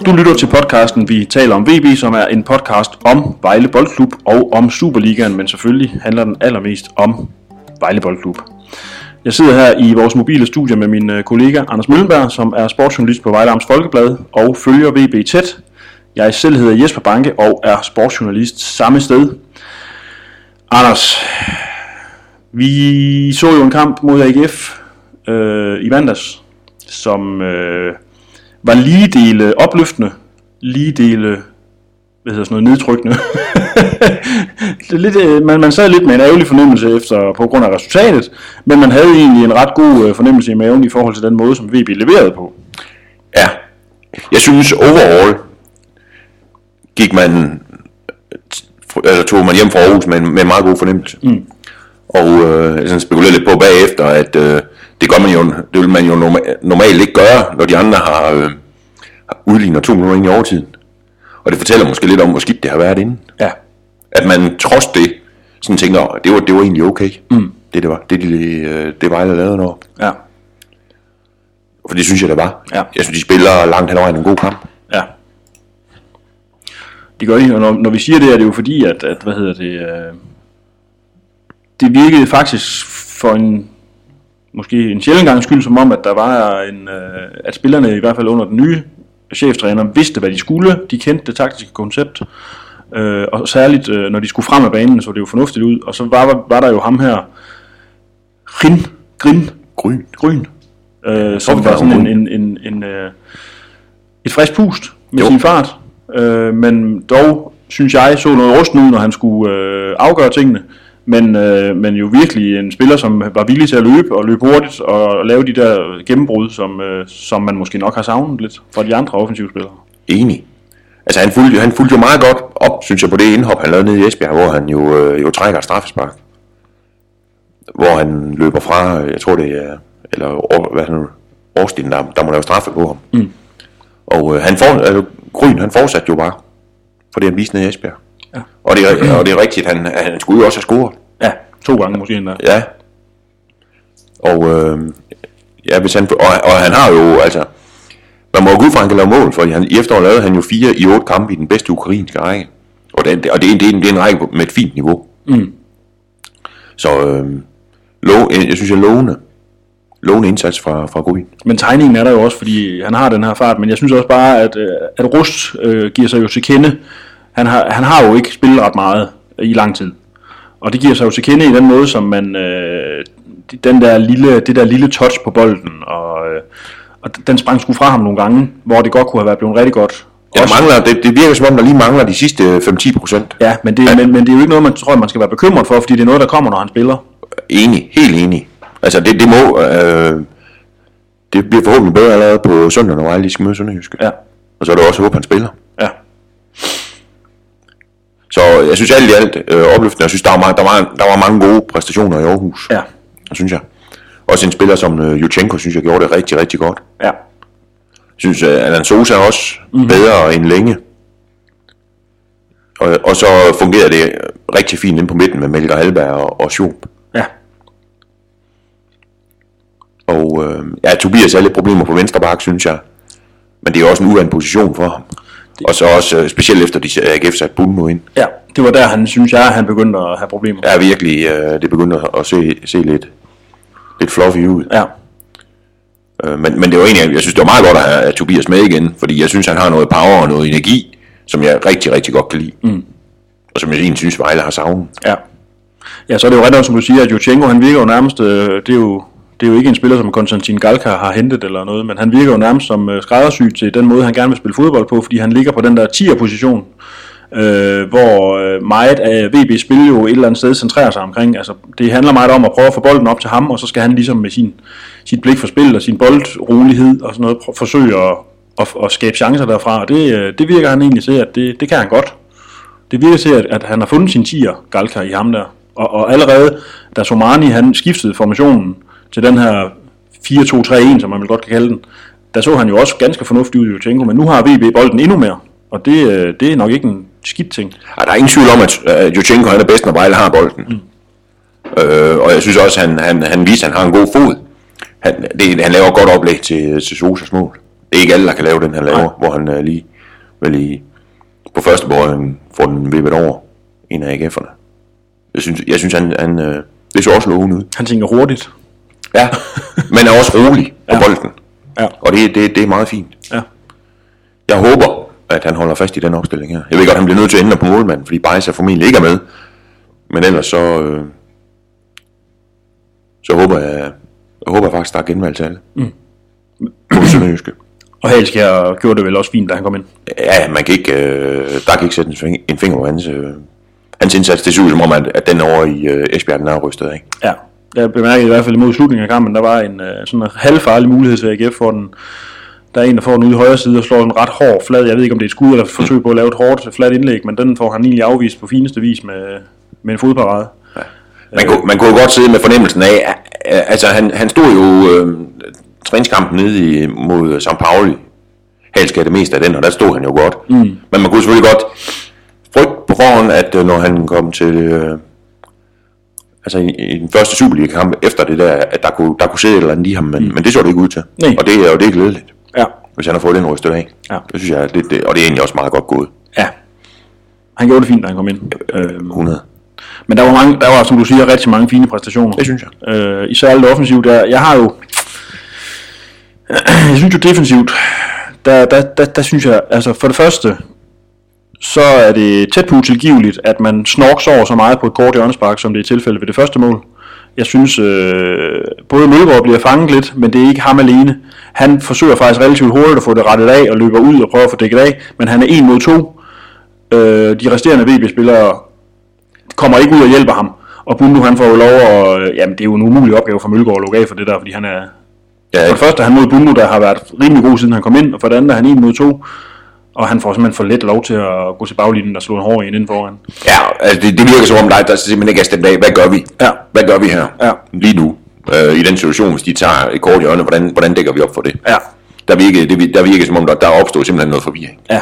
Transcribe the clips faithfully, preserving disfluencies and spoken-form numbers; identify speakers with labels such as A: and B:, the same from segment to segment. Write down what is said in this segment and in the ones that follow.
A: Du lytter til podcasten Vi taler om V B, som er en podcast om Vejle Boldklub og om Superligaen, men selvfølgelig handler den allermest om Vejle Boldklub. Jeg sidder her i vores mobile studie med min kollega Anders Møllenberg, som er sportsjournalist på Vejle Amts Folkeblad og følger V B tæt. Jeg selv hedder Jesper Banke og er sportsjournalist samme sted. Anders, vi så jo en kamp mod A G F øh, i mandags, som øh, var lige dele opløftende, lige dele, hvad hedder sådan noget, nedtrykkende. lidt, øh, man, man sad lidt med en ærgerlig fornemmelse efter, på grund af resultatet, men man havde egentlig en ret god øh, fornemmelse i maven i forhold til den måde, som V B leverede på.
B: Ja, jeg synes overall gik man, altså tog man hjem fra Aarhus med en, med en meget god fornemmelse. Mm. Og øh, jeg spekulerede lidt på bagefter, at øh, det gør man jo, det vil man jo normalt ikke gøre, når de andre har, øh, har udlignet to minutter ind i overtiden. Og det fortæller måske lidt om, hvor skidt det har været inden.
A: Ja.
B: At man trods det sådan tænker, det var, det var egentlig okay. Mm. Det det var, det det, det Vejle lavede noget.
A: Ja.
B: For det synes jeg, det var.
A: Ja.
B: Jeg synes, de spiller langt hen over en god kamp.
A: Ja. Det gør de, og når, når vi siger det, er det jo fordi, at, at hvad hedder det, øh, det virkede faktisk for en, måske en sjældent gang skyld, som om, at der var en, øh, at spillerne i hvert fald under den nye cheftræner vidste, hvad de skulle. De kendte det taktiske koncept, øh, og særligt øh, når de skulle frem af banen, så det jo fornuftigt ud. Og så var, var der jo ham her, Grin, Grin,
B: Gryn,
A: Gryn, øh, som var sådan en, en, en, en øh, et frisk pust med jo. Sin fart. Øh, men dog synes jeg så noget rusten ud, når han skulle øh, afgøre tingene. Men, øh, men jo virkelig en spiller, som var villig til at løbe og løbe hurtigt og lave de der gennembrud, som, øh, som man måske nok har savnet lidt fra de andre offensive spillere.
B: Enig. Altså han fulgte, han fulgte jo meget godt op, synes jeg, på det indhop, han lavede nede i Esbjerg, hvor han jo, øh, jo trækker et straffespark. Hvor han løber fra, jeg tror det er, eller hvad han Årstien, der, der må lave straffe på ham. Mm. Og øh, han, for, altså, Gryn, han fortsatte jo bare, fordi han viste nede i Esbjerg. Ja. Og, det er, og det er rigtigt, han, han skulle jo også have scoret.
A: Ja, to gange måske endda.
B: Ja. Og, øh, ja, hvis han, og, og han har jo, altså, man må jo gå ud fra, han kan lave mål, for han, i efteråret lavede han jo fire i otte kampe i den bedste ukrainske række. Og det, og det, er, det, er, en, det er en række med et fint niveau. Mm. Så, øh, lov, jeg synes, jeg er lovende. Lovende indsats fra, fra Gryn.
A: Men tegningen er der jo også, fordi han har den her fart, men jeg synes også bare, at, at Rust øh, giver sig jo til kende. Han har, han har jo ikke spillet ret meget i lang tid. Og det giver sig jo til kende i den måde, som man, øh, den der lille, det der lille touch på bolden, og, øh, og den sprang sgu fra ham nogle gange, hvor det godt kunne have været blevet rigtig godt.
B: Ja, det, mangler, det, det virker som om, der lige mangler de sidste fem til ti procent.
A: Ja, men det, ja. Men, men det er jo ikke noget, man tror, man skal være bekymret for, fordi det er noget, der kommer, når han spiller.
B: Enig, helt enig. Altså det, det må, øh, det bliver forhåbentlig bedre allerede på søndag, når Vejle skal møde Sønderjyske. Ja. Og så er det også håb, han spiller.
A: Ja.
B: Så jeg synes alt i alt øh, opløftende. Jeg synes, der var, der, var, der var mange gode præstationer i Aarhus.
A: Ja.
B: Synes jeg. Også en spiller som øh, Jutchenko, synes jeg, gjorde det rigtig, rigtig godt.
A: Ja.
B: Jeg synes, øh, Allan Sosa er også mm-hmm. bedre end længe. Og, og så fungerer det rigtig fint inde på midten med Melker Hallberg og, og Schoop.
A: Ja.
B: Og øh, ja, Tobias har lidt problemer på venstre bak, synes jeg. Men det er også en uvant position for ham. Det. Og så også øh, specielt efter de A G F satte Bunmo ind.
A: Ja, det var der, han synes jeg, han begyndte at have problemer.
B: Ja, virkelig. Øh, det begyndte at se, se lidt, lidt fluffy ud.
A: Ja.
B: Øh, men, men det var egentlig, jeg synes, det var meget godt at have Tobias med igen. Fordi jeg synes, han har noget power og noget energi, som jeg rigtig, rigtig godt kan lide. Mm. Og som jeg egentlig synes, Vejle har savnet.
A: Ja. Ja, så er det jo ret nok, som du siger, at Jutchenko, han virker jo nærmest, øh, det er jo... Det er jo ikke en spiller, som Konstantin Galka har hentet eller noget, men han virker jo nærmest som øh, skræddersyg til den måde, han gerne vil spille fodbold på, fordi han ligger på den der tier-position, øh, hvor øh, meget af V B-spil jo et eller andet sted centrerer sig omkring. Altså, det handler meget om at prøve at få bolden op til ham, og så skal han ligesom med sin, sit blik for spil og sin boldrolighed og sådan noget prø- forsøge at, at, at skabe chancer derfra. Og det, øh, det virker han egentlig til, at det, det kan han godt. Det virker til, at, at han har fundet sin tier, Galka, i ham der. Og, og allerede, da Somani han skiftede formationen til den her fire to tre en, som man vel godt kan kalde den, der så han jo også ganske fornuftigt ud i Jutchenko, men nu har V B bolden endnu mere, og det, det er nok ikke en skidt ting.
B: Ja, der er ingen tvivl om, at Jutchenko er det bedste, når Vejle har bolden. Mm. Øh, og jeg synes også, at han, han, han viser, at han har en god fod. Han, det, han laver godt oplæg til, til Sosas mål. Det er ikke alle, der kan lave den, han laver, Nej. hvor han uh, lige vel i, på første borgen får den vippet over en af A G F'erne. Jeg synes, jeg synes han, han øh, det så også lovende ud.
A: Han tænker hurtigt.
B: Ja, men er også rolig på
A: ja.
B: bolden.
A: Ja.
B: Og det, det, det er meget fint.
A: Ja.
B: Jeg håber, at han holder fast i den opstilling her. Jeg ved godt, han bliver nødt til at ændre på målmanden, fordi Bajsa formentlig ikke er med. Men ellers så, øh, så håber jeg, jeg håber faktisk, der er genvalg til alle. Mm. På Sønderjyske.
A: Og Halskjær gjorde det vel også fint, da han kom ind.
B: Ja, man kan ikke, øh, der kan ikke sætte en finger, en finger på hans, øh, hans indsats. Det ser ud som om, at, at den over i øh, Esbjerg, den er rystet af.
A: Ja, jeg bemærkede i hvert fald imod slutningen af kampen, der var en øh, sådan en halvfarlig mulighed til A G F for den. Der er en, der får den ude i højre side og slår en ret hård flad. Jeg ved ikke, om det er et skud eller et forsøg på at lave et hårdt fladt indlæg, men den får han egentlig afvist på fineste vis med, med en fodparade. Ja.
B: Man, kunne, man kunne jo godt sidde med fornemmelsen af, altså han, han stod jo øh, træningskampen nede i, mod Sankt Pauli. Halskjær det meste af den, og der stod han jo godt. Mm. Men man kunne selvfølgelig godt frygte på forhånd, at øh, når han kom til, øh, altså i, i den første Superliga-kamp efter det der, at der kunne, der kunne sidde et eller andet i ham, men, mm. men det så det ikke ud til. Nej. Og det er jo det er glædeligt.
A: Ja.
B: Hvis han har fået den rystet af. Ja. Det synes jeg, det, det, og det er egentlig også meget godt gået.
A: Ja. Han gjorde det fint, da han kom ind.
B: Øhm, hundrede.
A: Men der var, mange, der var, som du siger, rigtig mange fine præstationer.
B: Det synes jeg.
A: Øh, især alt offensivt. Der, jeg har jo... Jeg synes jo defensivt, der, der, der, der synes jeg, altså for det første, så er det tæt på utilgiveligt, at man snorks over så meget på et kort hjørnespark, som det er tilfældet ved det første mål. Jeg synes, øh, både Mølgaard bliver fanget lidt, men det er ikke ham alene. Han forsøger faktisk relativt hurtigt at få det rettet af og løber ud og prøver at få dækket af, men han er en mod to. Øh, de resterende V B-spillere kommer ikke ud og hjælper ham, og Bundu han får jo lov at, jamen det er jo en umulig opgave for Mølgaard at lukke af for det der, fordi han er, ja, for det første er han mod Bundu, der har været rimelig god siden han kom ind, og for det andet er han en mod to, og han får simpelthen for let lov til at gå til baglinjen og slå en hård en inden foran.
B: Ja, altså det, det virker som om der, der simpelthen ikke er stemt af, hvad gør vi?
A: Ja.
B: Hvad gør vi her?
A: Ja.
B: Lige nu, øh, i den situation, hvis de tager et kort hjørne, hvordan, hvordan dækker vi op for det?
A: Ja.
B: Der virker, det, der virker som om, der, der opstår simpelthen noget forvirring.
A: Ja.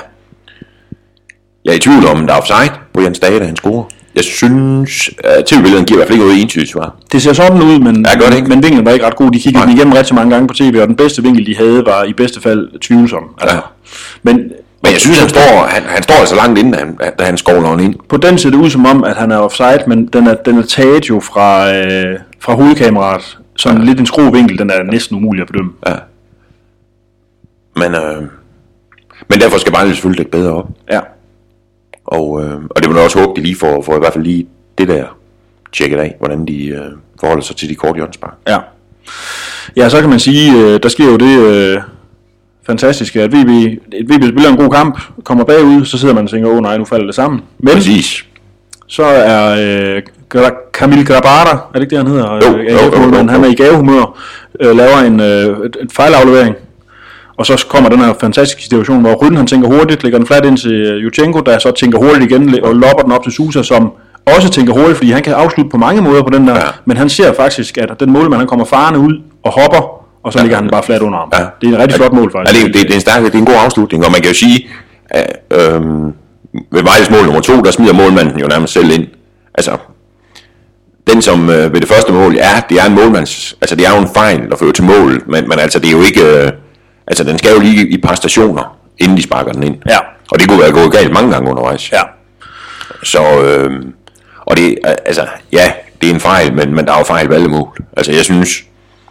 B: Jeg er i tvivl om, der er offside på Jens Dage, da han scorer. Jeg synes, at T V-billedet giver i hvert fald ikke noget entydigt svar.
A: Det ser sådan ud, men,
B: ja, det ikke.
A: men vinklen var ikke ret god. De kiggede den igennem rigtig mange gange på tv, og den bedste vinkel, de havde, var i bedste fald tvivlsom. Altså.
B: Ja.
A: Men,
B: men jeg synes, han står, han, han står altså langt inden, han, da han skovler den ind.
A: På den ser det ud som om, at han er offside, men den er, den er taget jo fra, øh, fra hovedkameraet. Sådan ja. Lidt en skruvinkel, den er næsten umulig at bedømme.
B: Ja. Men, øh, men derfor skal Vejle selvfølgelig dække bedre op.
A: Ja.
B: Og, øh, og det vil jeg også håbe, de lige får, får i hvert fald lige det der tjekket af, hvordan de øh, forholder sig til de korte hjørnespark.
A: Ja. Ja, så kan man sige, øh, der sker jo det øh, fantastiske, at V B, et V B spiller en god kamp, kommer bagud, så sidder man og tænker, åh nej, nu falder det sammen. Men
B: præcis.
A: Så er øh, Kamil Grabara, er det ikke det, han hedder?
B: Jo, jo, jo, jo, jo.
A: Han er i gavehumør, øh, laver en øh, et, et fejlaflevering. Og så kommer den her fantastiske situation, hvor Rydden han tænker hurtigt, lægger den flat ind til Jutjenko, der så tænker hurtigt igen og lopper den op til Sousa, som også tænker hurtigt, fordi han kan afslutte på mange måder på den der. Ja. Men han ser faktisk, at den målmand han kommer farende ud og hopper, og så ja. Ligger han bare flat under ham. Ja. Det er en rigtig flot mål faktisk.
B: Ja, det, er, det, det, er en stærk, det er en god afslutning, og man kan jo sige, at øh, ved Vejles mål nummer to, der smider målmanden jo nærmest selv ind. Altså, den som øh, ved det første mål, ja, det er en målmands, altså det er jo en fejl, der fører til mål, men, men altså det er jo ikke... Øh, Altså, den skal jo lige i et par stationer, inden de sparker den ind.
A: Ja.
B: Og det kunne være gået galt mange gange undervejs.
A: Ja.
B: Så, øh, og det, altså, ja, det er en fejl, men, men der er jo fejl ved alle mål. Altså, jeg synes,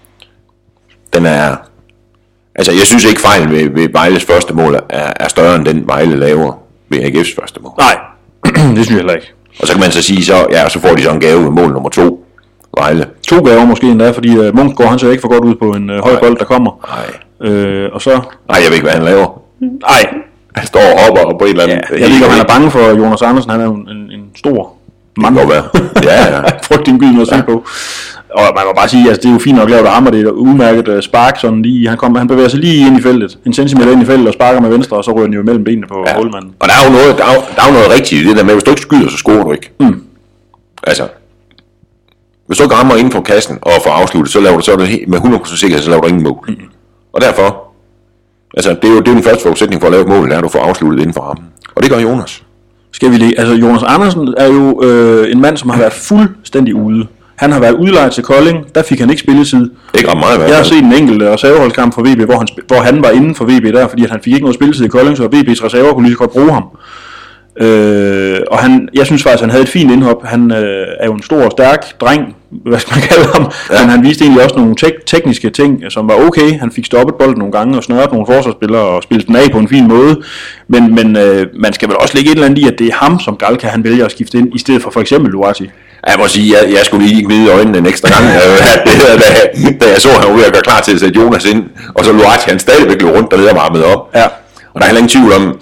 B: den er, altså, jeg synes ikke fejlen ved, ved Vejles første mål er, er større end den Vejle laver ved A G F's første mål.
A: Nej, det synes jeg heller ikke.
B: Og så kan man så sige, så, ja, så får de så en gave ved mål nummer to. Vejle.
A: To gaver måske endda, fordi uh, Munchsgaard, han ser ikke for godt ud på en uh, høj bold, der kommer.
B: Nej.
A: Øh, og så...
B: Nej, jeg ved ikke, hvad han laver.
A: Nej.
B: Han står og hopper på et eller andet...
A: Ja, jeg ved ikke, om han er bange for Jonas Andersen. Han er jo en, en stor mand.
B: Det kan være. Ja, ja.
A: Frygtindgydende at se ja. På. Og man må bare sige, at altså, det er jo fint nok lavet af ham, og det er et udmærket uh, spark. Sådan lige, han, kommer, han bevæger sig lige ind i feltet. En centimeter ind i feltet og sparker med venstre, og så rører den jo mellem benene på ja. Målmanden.
B: Og der er jo noget, der er, der er jo noget rigtigt i det der med, hvis du ikke skyder, så scorer du ikke.
A: Mm.
B: Altså... Hvis du ikke rammer inden for kassen og får afsluttet, så laver du så det med hundrede procent sikkerhed, så laver du ingen mål. Mm. Og derfor, altså det er jo det er den første forudsætning for at lave et mål, det er at du får afsluttet inden for rammen. Og det gør Jonas.
A: Skal vi lige, altså Jonas Andersen er jo øh, en mand, som har været fuldstændig ude. Han har været udlejet til Kolding, der fik han ikke spilletid.
B: Ikke ret meget.
A: Jeg har set en enkelt reserveholdskamp for V B, hvor han, hvor han var inden for V B der, fordi han fik ikke noget spilletid i Kolding, så V B's reserver kunne lige så godt bruge ham. Øh, og han, jeg synes faktisk, han havde et fint indhop. Han øh, er jo en stor og stærk dreng, hvad skal man kalde ham, ja. Men han viste egentlig også nogle tek- tekniske ting, som var okay. Han fik stoppet bolden nogle gange og snørret nogle forsvarsspillere og spillet den af på en fin måde. Men, men øh, man skal vel også lægge et eller andet i, at det er ham, som Galka han vælger at skifte ind, i stedet for for eksempel Luati.
B: Jeg må sige, jeg, jeg skulle lige gnide øjnene en ekstra gang, det her, da, da jeg så, at han var ved at gøre klar til at sætte Jonas ind, og så Luati, han stadigvæk løb rundt dernede og varmede op.
A: Ja.
B: Og der er heller ingen tvivl om,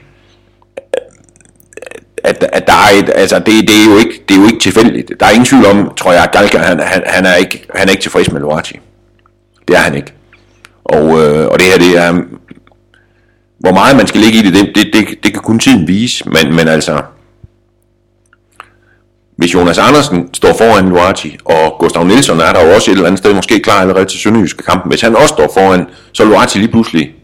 B: at, at der er et, altså det, det, er jo ikke, det er jo ikke tilfældigt. Der er ingen tvivl om, tror jeg, at Galka, han, han, han, er ikke, han er ikke tilfreds med Luati. Det er han ikke. Og, øh, og det her, det er, hvor meget man skal ligge i det, det, det, det, det kan kun tiden vise, men, men altså, hvis Jonas Andersen står foran Luati, og Gustav Nielsen er der jo også et eller andet sted, måske klar allerede til Sønderjyske kampen, hvis han også står foran, så er Luati lige pludselig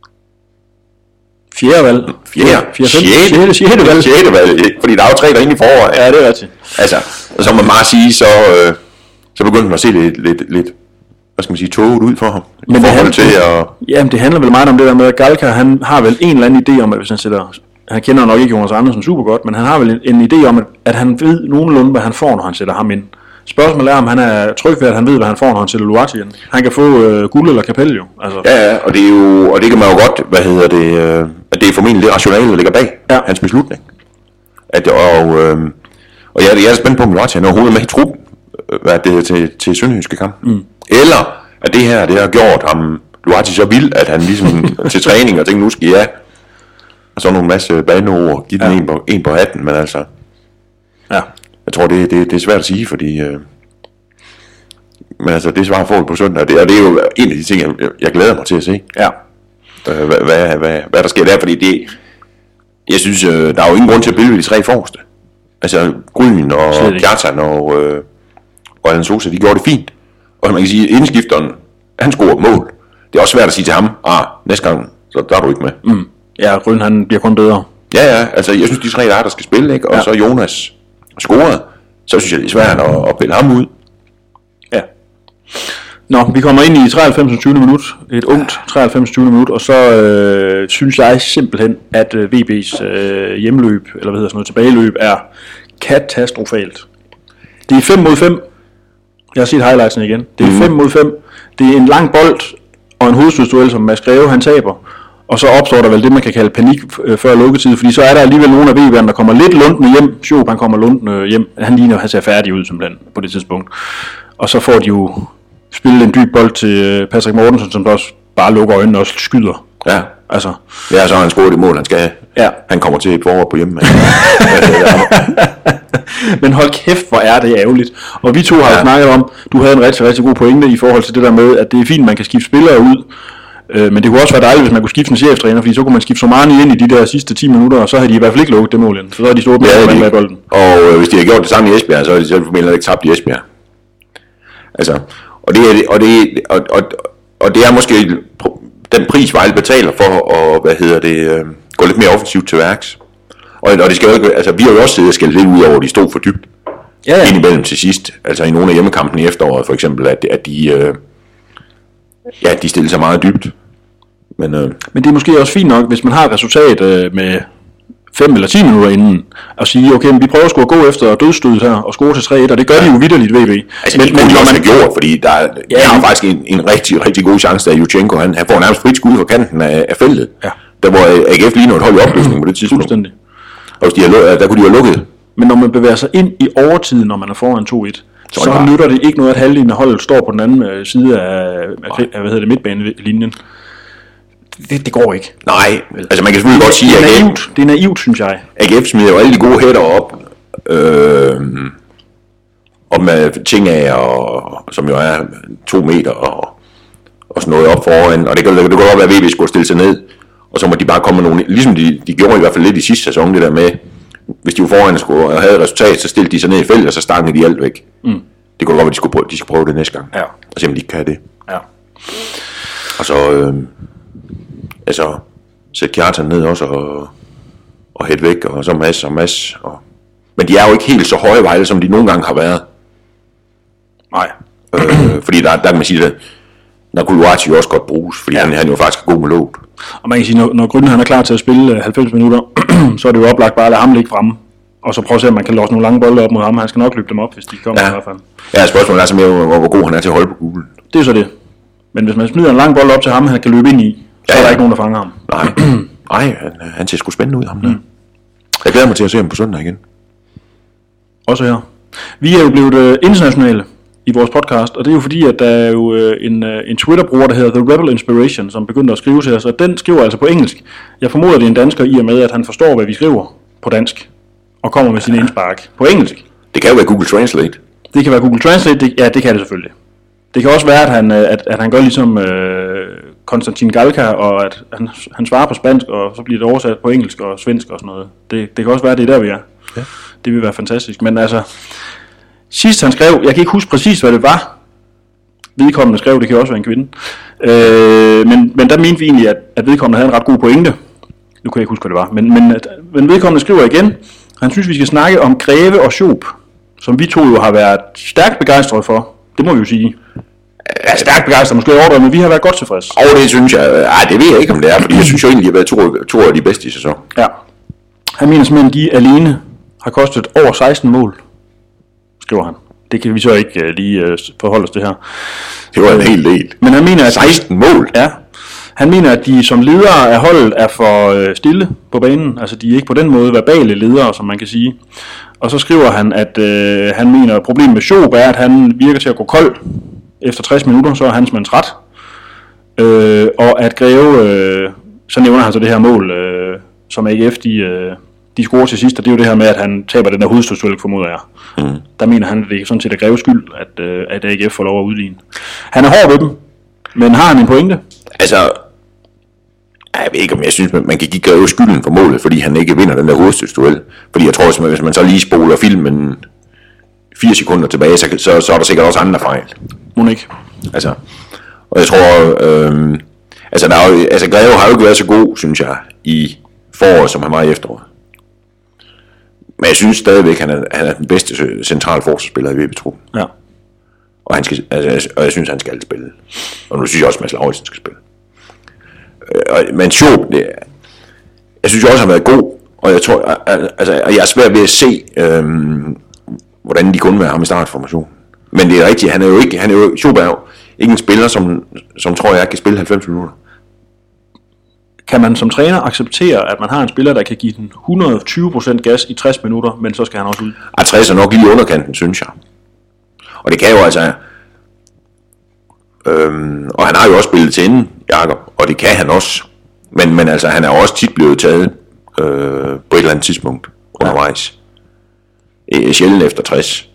A: Fjerde valg.
B: Fjerde.
A: Fjerde.
B: Sjette.
A: Sjette valg.
B: Sjette valg. Fordi der er jo tre derinde i forvejen.
A: Ja, det er rigtigt.
B: Altså, og så må man bare sige, så, øh, så begyndte man at se lidt, lidt, lidt, hvad skal man sige, toget ud for ham.
A: Men det handler,
B: til at...
A: jamen, det handler vel meget om det der med, at Galka, han har vel en eller anden idé om, at hvis han sætter, han kender nok ikke Jonas Andersen super godt, men han har vel en, en idé om, at, at han ved nogenlunde, hvad han får, når han sætter ham ind. Spørgsmålet er, om han er tryg ved, at han ved, hvad han får, når han sætter Luati ind. Han kan få øh, guld eller kapel jo. Altså.
B: Ja, ja, og det er jo, og det kan man jo godt, hvad hedder det, øh, at det er formentlig det rationale, der ligger bag ja. hans beslutning. At, og, øh, og jeg, jeg er spændt på, om Luati han er overhovedet med i truppen, hvad det er til, til Sønderjyske kamp. Mm. Eller at det her, det har gjort ham, Luati så vild, at han ligesom til træning og tænkte, nu skal jeg, og så nogle masse baneord, give den ja. en, på, en på hatten, men altså,
A: ja.
B: Jeg tror, det, det, det er svært at sige, fordi øh, men altså, det svarer folk på søndag, og det, og det er jo en af de ting, jeg, jeg glæder mig til at se.
A: Ja.
B: Øh, hvad, hvad, hvad, hvad der sker der, fordi det, jeg synes, øh, der er jo ingen grund til at bilde de tre forreste. Altså, Gryn og Kjartan og, øh, og Allan Sosa, de gjorde det fint. Og man kan sige, indskifteren, han scorer mål. Det er også svært at sige til ham, ah, næste gang, så der er du ikke med.
A: Mm. Ja, Gryn, han bliver kun bedre.
B: Ja, ja, altså, jeg synes, de tre der er, der skal spille, ikke? Og ja. Så Jonas scoret, så synes jeg, det er svært at, at pille ham ud.
A: Ja. Nå, vi kommer ind i treoghalvfems tyve minut, et ungt treoghalvfems tyve minut, og så øh, synes jeg simpelthen, at øh, V B's øh, hjemløb, eller hvad hedder sådan noget, tilbageløb, er katastrofalt. Det er fem mod fem. Jeg har set highlightsen igen. Det er fem mm. mod fem. Det er en lang bold og en hovedstødsduel, som Mads Greve, han taber. Og så opstår der vel det, man kan kalde panik øh, før lukketid, fordi så er der alligevel nogle af V B'erne, der kommer lidt lundende hjem. Sjob, han kommer lundende hjem. Han ligner, han ser færdig ud simpelthen på det tidspunkt. Og så får de jo spillet en dyb bold til Patrick Mortensen, som også bare lukker øjnene og skyder.
B: Ja.
A: Altså.
B: Ja, så har han scoret det mål, han skal have.
A: Ja.
B: Han kommer til et forår på hjemme.
A: Men hold kæft, hvor er det ærgerligt. Og vi to har ja. snakket om, du havde en rigtig, rigtig god pointe i forhold til det der med, at det er fint, man kan skifte spillere ud. Men det kunne også være dejligt, hvis man kunne skifte en cheftræner, fordi så kunne man skifte Somani ind i de der sidste ti minutter, og så havde de i hvert fald ikke lukket det mål ind. Så havde de stået med ja, med bolden.
B: Og øh, hvis de havde gjort det samme i Esbjerg, så havde de selvfølgelig ikke tabt i Esbjerg. Altså, og det er, og det, og, og, og det er måske den pris, Vejle betaler for at, hvad hedder det, øh, gå lidt mere offensivt til værks. Og, og det skal jo ikke, altså vi har jo også siddet og skældt lidt ud over, at de stod for dybt. Ja, ja. Indimellem til sidst, altså i nogle af hjemmekampene i efteråret for eksempel, at, at de, øh, ja, de stiller sig meget dybt. Men, øh,
A: Men det er måske også fint nok, hvis man har et resultat øh, med fem eller ti minutter inden, at sige, okay, men vi prøver sgu at gå efter dødstødet her, og score til tre et, og det gør ja. de jo vitterligt, V B.
B: Altså, men, det kunne de også man... have gjort, fordi der er, ja, har faktisk en, en rigtig, rigtig god chance, da Juchenko, han, han får nærmest frit skud fra kanten af, af feltet. Ja. Der hvor A G F lige noget hold i opløsning på det tidspunkt. Fuldstændig. Og hvis de har, der kunne de jo have lukket.
A: Men når man bevæger sig ind i overtiden, når man er foran to et, så, så nytter det ikke noget, at halvdelen af holdet står på den anden side af, af, af hvad hedder det, midtbanelinjen. Det, det går ikke.
B: Nej, altså man kan selvfølgelig godt sige,
A: det er
B: at
A: naivt, det er naivt, synes jeg.
B: A G F smider jo alle de gode hætter op, øh, op med ting af, og, som jo er to meter, og, og sådan noget op foran, og det kan det kan godt være, at V B skulle stille sig ned, og så må de bare komme med nogle, ligesom de, de gjorde i hvert fald lidt i sidste sæson, det der med, hvis de var foran og, skulle, og havde et resultat, så stillede de sig ned i feltet, og så stankede de alt væk. Mm. Det kunne godt være, at de skulle prøve, de skulle prøve det næste gang,
A: ja.
B: Og se om de ikke kan det.
A: Ja.
B: Og så, øh, altså, sæt Kjartan ned også, og, og hæt væk, og så Mads og Mads. Og... Men de er jo ikke helt så høje Vejle, som de nogle gange har været.
A: Nej.
B: Øh, fordi der, der kan man sige, at der kunne Luati jo også godt bruges, fordi ja. han, han jo faktisk er god med låget.
A: Og man kan sige, når, når Grønne han er klar til at spille halvfems minutter, så er det jo oplagt bare at lade ham ligge fremme. Og så prøve at se, om man kan låse nogle lange bolde op mod ham. Han skal nok løbe dem op, hvis de kommer
B: ja.
A: i hvert fald.
B: Ja, spørgsmålet er så mere, hvor, hvor god han er til at holde på kuglen.
A: Det er så det. Men hvis man smider en lang bold op til ham, han kan løbe ind i, så ja, ja. er der ikke nogen, der fanger ham.
B: Nej, Nej han, han ser sgu spændende ud, ham der. Mm. Jeg glæder mig til at se ham på søndag igen.
A: Også her. Vi er jo blevet uh, internationale i vores podcast, og det er jo fordi, at der er jo uh, en, uh, en Twitter-bruger, der hedder The Rebel Inspiration, som begyndte at skrive til os, og den skriver altså på engelsk. Jeg formoder, det er en dansker i og med, at han forstår, hvad vi skriver på dansk, og kommer med sine indspark på engelsk.
B: Det kan jo være Google Translate.
A: Det kan være Google Translate, det, ja, det kan det selvfølgelig. Det kan også være, at han, at, at han gør ligesom øh, Konstantin Galka, og at han, han svarer på spansk, og så bliver det oversat på engelsk og svensk og sådan noget. Det, det kan også være, at det er der, vi er. Ja. Det vil være fantastisk. Men altså, sidst han skrev, jeg kan ikke huske præcis, hvad det var, vedkommende skrev, det kan også være en kvinde, øh, men, men der mente vi egentlig, at, at vedkommende havde en ret god pointe. Nu kan jeg ikke huske, hvad det var, men, men, at, men vedkommende skriver igen, han synes, vi skal snakke om Greve og Schoop, som vi to jo har været stærkt begejstrede for. Det må vi jo sige. Jeg er stærkt begejstret, måske overdrevet, men vi har været godt tilfredse.
B: Og det synes jeg, ej, det ved jeg ikke, om det er, fordi jeg synes jo egentlig, at de har været to, to af de bedste i sæsonen.
A: Ja. Han mener simpelthen, de alene har kostet over seksten mål, skriver han. Det kan vi så ikke uh, lige uh, forholde os til her.
B: Det var en hel del.
A: Men han mener, at
B: seksten mål?
A: Ja. Han mener, at de som ledere af holdet er for uh, stille på banen. Altså, de er ikke på den måde verbale ledere, som man kan sige. Og så skriver han, at øh, han mener, at problemet med Schoop er, at han virker til at gå kold. Efter tres minutter, så er han simpelthen træt. Øh, og at Greve, øh, så nævner han så det her mål, øh, som A G F de, øh, de scorer til sidst, og det er jo det her med, at han taber den der hovedstødsduel, formoder jeg. Mm. Der mener han, at det er sådan set er Greves skyld, at, øh, at A G F får lov at udligne. Han er hård ved dem, men har han en pointe?
B: Altså, jeg ved ikke, om jeg synes, man kan give Greve skylden for målet, fordi han ikke vinder den der hovedstødsduel. Fordi jeg tror, at hvis man så lige spoler filmen fire sekunder tilbage, så, så, så er der sikkert også andre fejl.
A: Må ikke.
B: Altså, og jeg tror, øh, altså, der er jo, altså Greve har jo ikke været så god, synes jeg, i foråret, som han var i efteråret. Men jeg synes stadigvæk, han er, han er den bedste central forsvarsspiller i V B-truppen.
A: Ja.
B: Og, han skal, altså, og jeg synes, han skal spille. Og nu synes jeg også, at Mads Lauritsen skal spille. Øh, men Schoop, det, jeg synes også, han har været god. Og jeg tror, altså, jeg er svært ved at se, øh, hvordan de kunne være ham i startformationen. Men det er rigtigt, han er jo ikke, han er jo, Schoop er jo ikke en spiller, som, som tror jeg kan spille halvfems minutter.
A: Kan man som træner acceptere, at man har en spiller, der kan give den et hundrede og tyve procent gas i tres minutter, men så skal han også ud?
B: Ja, tres er nok lige underkanten, synes jeg. Og det kan jo altså... Øhm, og han har jo også spillet til enden, Jakob, og det kan han også. Men, men altså, han er også tit blevet taget øh, på et eller andet tidspunkt undervejs. Ja. Sjældent efter tres.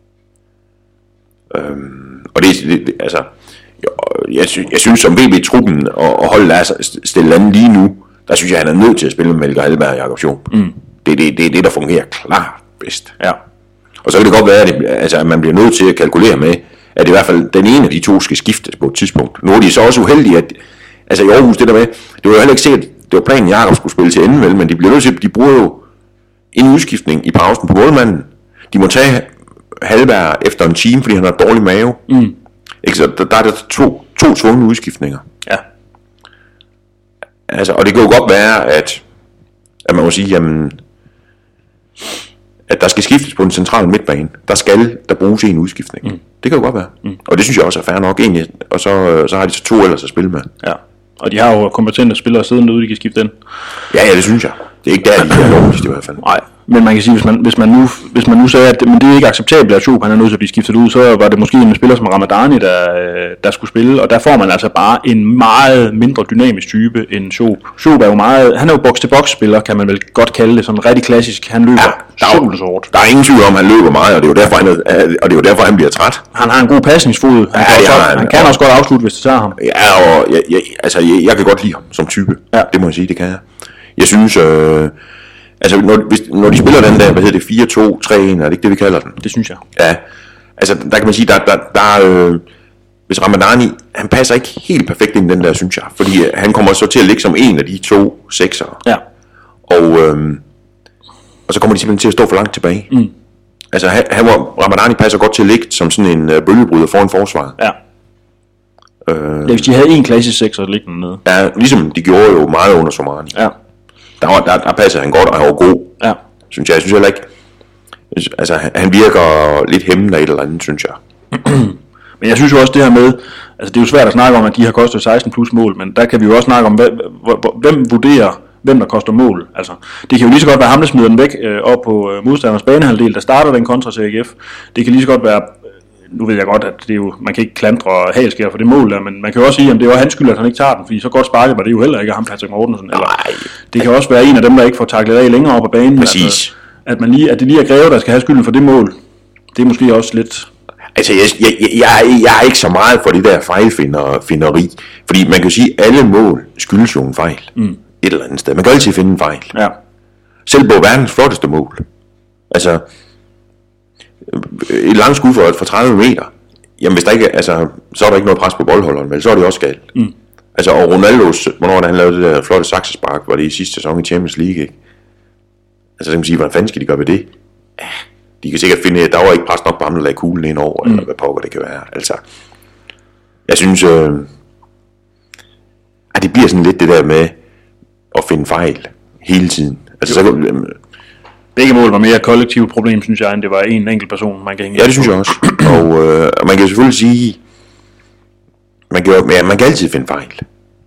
B: Øhm, og det, det, det altså... Jeg, synes, jeg synes som V B-truppen og, og holdet er stillet andet lige nu, der synes jeg, han er nødt til at spille med Melker Hallberg og Jakob Schoop. Mm. Det er det, det, det, der fungerer klart bedst.
A: Ja.
B: Og så kan det godt være, at, det, altså, at man bliver nødt til at kalkulere med, at i hvert fald den ene af de to skal skiftes på et tidspunkt. Nu er de så også uheldige, at altså i Aarhus, det der med, det var jo heller ikke sikkert, det var planen, Jakob skulle spille til enden, vel, men de bliver nødt til, de bruger jo en udskiftning i pausen på målmanden. De må tage Hallberg efter en time, fordi han har dårlig mave. Mm. Ikke, så der, der er der to, to tvungne udskiftninger.
A: Ja.
B: Altså, og det kan jo godt være, at, at man må sige, jamen, at der skal skiftes på den centrale midtbane. Der skal der bruges en udskiftning. Mm. Det kan jo godt være. Mm. Og det synes jeg også er fair nok egentlig. Og så, så har de så to ellers at spille med.
A: Ja. Og de har jo kompetente spillere siden derude, de kan skifte den.
B: Ja, ja, det synes jeg. Det er ikke der, de er lovligst i hvert fald.
A: Nej, men man kan sige, hvis man, hvis man, nu, hvis man nu sagde, at men det er ikke acceptabelt, at Schoop han er nødt til at blive skiftet ud, så var det måske en spiller som Ramadani, der, der skulle spille, og der får man altså bare en meget mindre dynamisk type end Schoop. Schoop er jo meget, han er jo box-til-box spiller, kan man vel godt kalde det, sådan rigtig klassisk, han løber
B: ja, solsort. Der er ingen tvivl om, at han løber meget, og det er jo derfor, han, er, og det er jo derfor, han bliver træt.
A: Han har en god pasningsfod, han, ja, kan, også, ja, han, han kan og, også godt afslutte, hvis det tager ham.
B: Ja, og jeg, jeg, altså, jeg, jeg kan godt lide ham som type, ja. Det må jeg sige, det kan jeg. Jeg synes, øh, altså når, hvis, når de spiller den der, hvad hedder det, fire to tre en, er det ikke det, vi kalder den?
A: Det synes jeg.
B: Ja, altså der kan man sige, der, der, der øh, hvis Ramadani, han passer ikke helt perfekt ind i den der, synes jeg, fordi øh, han kommer så til at ligge som en af de to sekser.
A: Ja.
B: Og, øh, og så kommer de simpelthen til at stå for langt tilbage. Mm. altså han, han var, Ramadani passer godt til at ligge som sådan en uh, bølgebryder foran forsvaret.
A: Ja. Øh, ja, hvis de havde en klassisk sekser liggende nede.
B: Ja, ligesom de gjorde jo meget under Somani.
A: Ja.
B: Der, var, der, der passede han godt, og han var god.
A: Ja.
B: Synes jeg. Jeg synes heller ikke... Altså, han virker lidt hæmmende af et eller andet, synes jeg.
A: Men jeg synes jo også det her med... Altså, det er jo svært at snakke om, at de har kostet seksten plus mål, men der kan vi jo også snakke om, hvem vurderer, hvem der koster mål. Altså, det kan jo lige så godt være ham, der smider den væk øh, op på øh, modstanders banehalvdel, der starter den kontra til A G F. Det kan lige så godt være... Nu ved jeg godt, at det er jo, man kan ikke klandre Halskjær for det mål der, men man kan jo også sige, at det var hans skyld, at han ikke tager den, fordi så godt sparket var det jo heller ikke af ham, Patrick Mortensen. Eller, det kan også være en af dem, der ikke får taklet af længere op på banen.
B: Præcis.
A: Altså, at, man lige, at det lige er Greve, der skal have skylden for det mål. Det er måske også lidt...
B: Altså, jeg, jeg, jeg, jeg, jeg er ikke så meget for det der fejlfinderi, fordi man kan sige, at alle mål skyldes jo en fejl mm. et eller andet sted. Man kan altid finde en fejl.
A: Ja.
B: Selv på verdens flotteste mål. Altså... et langt skud for, for tredive meter, jamen hvis der ikke, altså, så er der ikke noget pres på boldholderen, vel, så er det også galt. Mm. Altså, og Ronaldos, hvornår han lavede det der flotte saksespark, var det i sidste sæson i Champions League, ikke? Altså, så kan man sige, hvordan fanden skal de gøre ved det? Ja, de kan sikkert finde, der var ikke pres nok på ham, der lagde kuglen ind over, mm. eller hvad pokker det kan være. Altså, jeg synes, øh, at det bliver sådan lidt det der med at finde fejl hele tiden. Altså, så, øh,
A: Begge mål var mere et kollektivt problem, synes jeg, end det var en enkelt person, man kan hænge.
B: Ja, det synes jeg også. Og øh, man kan selvfølgelig sige, man kan, ja, man kan altid finde fejl.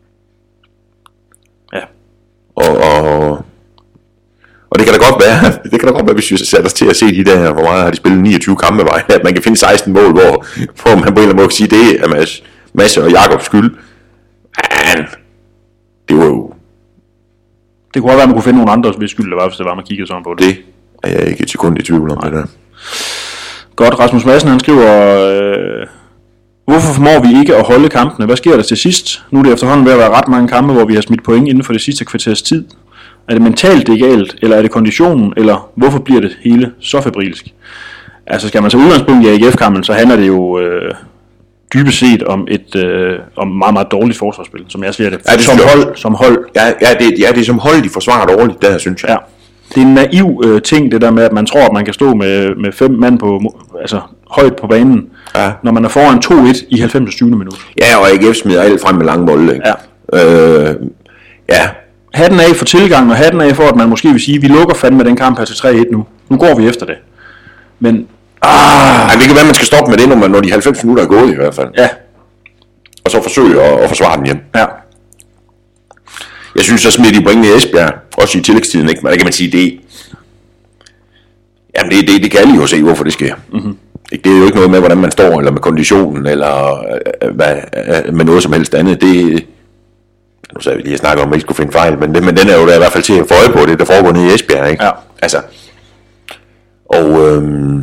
A: Ja.
B: Og, og, og det kan da godt være, det kan da godt være, hvis vi sætter os til at se de der, hvor meget har de spillet niogtyve kampe vej, at man kan finde seksten mål, hvor, hvor man på en eller anden måde kan sige, det er Mads, Mads og Jakobs skyld. Men det var jo...
A: Det kunne også være, at man kunne finde nogle andre, hvis skyld det var, hvis det var, man kiggede sådan på det.
B: Det er jeg ikke et sekund i tvivl om. Nej. Det der.
A: Godt, Rasmus Madsen, han skriver, øh, hvorfor formår vi ikke at holde kampene? Hvad sker der til sidst? Nu er det efterhånden ved at være ret mange kampe, hvor vi har smidt point inden for det sidste kvarters tid. Er det mentalt, det er galt, eller er det konditionen, eller hvorfor bliver det hele så febrilsk? Altså skal man tage udgangspunkt i A G F-kampen, så handler det jo... Øh, dybest set om et øh, om meget, meget dårligt forsvarsspil, som jeg ser det.
B: Ja, det
A: som hold, som hold.
B: Ja, ja, det, ja, det er som hold, de forsvarer dårligt, der synes jeg.
A: Ja. Det er en naiv øh, ting, det der med, at man tror, at man kan stå med, med fem mand på, altså højt på banen, ja. Når man er foran to et i halvfemsindstyvende minut.
B: Ja, og A G F smider alt frem med lange bolde, ikke? Ja. Øh, ja.
A: Hatten af for tilgang, og hatten af for, at man måske vil sige, at vi lukker fandme den kamp her til tre et nu. Nu går vi efter det. Men
B: Ah, det kan være, man skal stoppe med det, når, man, når de halvfems minutter er gået i hvert fald.
A: Ja.
B: Og så forsøge at, at forsvare den hjem.
A: Ja.
B: Jeg synes, så smider de pointene i Esbjerg, også i tillægstiden, ikke? Men der kan man sige, det... Jamen, det, det, det kan alle jo se, hvorfor det sker. Mm-hmm. Det er jo ikke noget med, hvordan man står, eller med konditionen, eller hvad, med noget som helst andet. Det... Nu sagde vi lige at snakke om, at man ikke skulle finde fejl, men, det, men den er jo der i hvert fald til at få øje på det, der foregår nede i Esbjerg, ikke?
A: Ja.
B: Altså... Og... Øhm,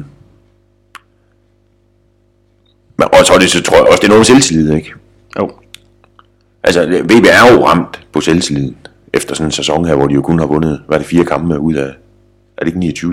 B: Men også, og det, så tror jeg også, det er noget med selvtillid, ikke?
A: Jo.
B: Altså, V B er jo ramt på selvtilliden efter sådan en sæson her, hvor de jo kun har vundet, hvad er det, fire kampe ud af, er det ikke niogtyve?